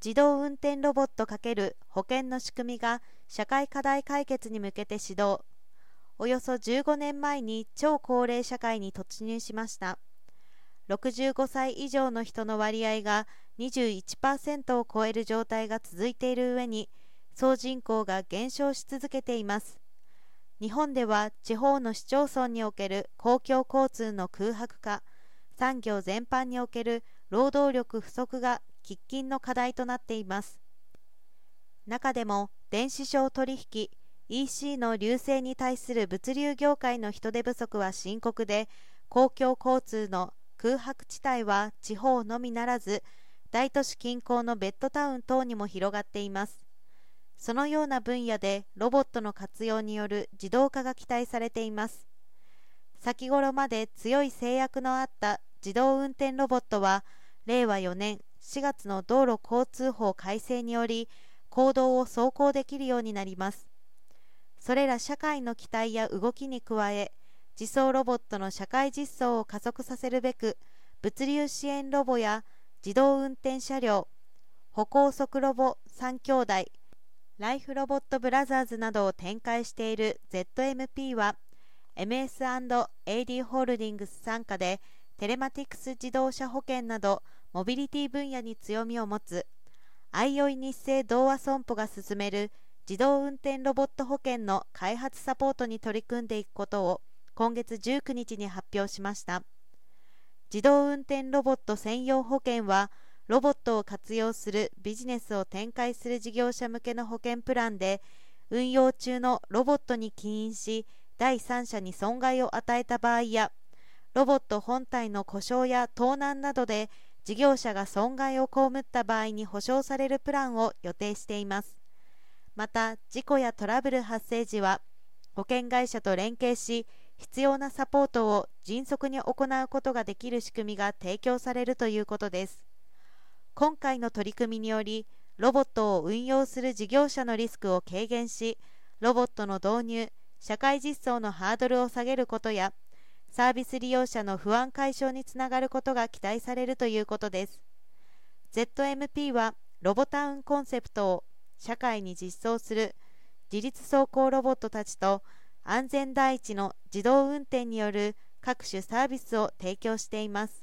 自動運転ロボット×保険の仕組みが社会課題解決に向けて始動。およそ15年前に超高齢社会に突入しました。65歳以上の人の割合が 21% を超える状態が続いている上に、総人口が減少し続けています。日本では地方の市町村における公共交通の空白化、産業全般における労働力不足が喫緊の課題となっています。中でも電子商取引 EC の隆盛に対する物流業界の人手不足は深刻で、公共交通の空白地帯は地方のみならず大都市近郊のベッドタウン等にも広がっています。そのような分野でロボットの活用による自動化が期待されています。先頃まで強い制約のあった自動運転ロボットは、令和4年4月の道路交通法改正により公道を走行できるようになります。それら社会の期待や動きに加え、自走ロボットの社会実装を加速させるべく、物流支援ロボや自動運転車両、歩行速ロボ3兄弟、ライフロボットブラザーズなどを展開している ZMP は、MS&AD ホールディングス傘下でテレマティクス自動車保険などモビリティ分野に強みを持つあいおい日清同和損保が進める自動運転ロボット保険の開発サポートに取り組んでいくことを今月19日に発表しました。自動運転ロボット専用保険は、ロボットを活用するビジネスを展開する事業者向けの保険プランで、運用中のロボットに起因し第三者に損害を与えた場合や、ロボット本体の故障や盗難などで事業者が損害を被った場合に保証されるプランを予定しています。また、事故やトラブル発生時は保険会社と連携し、必要なサポートを迅速に行うことができる仕組みが提供されるということです。今回の取り組みにより、ロボットを運用する事業者のリスクを軽減し、ロボットの導入、社会実装のハードルを下げることや、サービス利用者の不安解消につながることが期待されるということです。ZMP はロボタウンコンセプトを社会に実装する自律走行ロボットたちと、安全第一の自動運転による各種サービスを提供しています。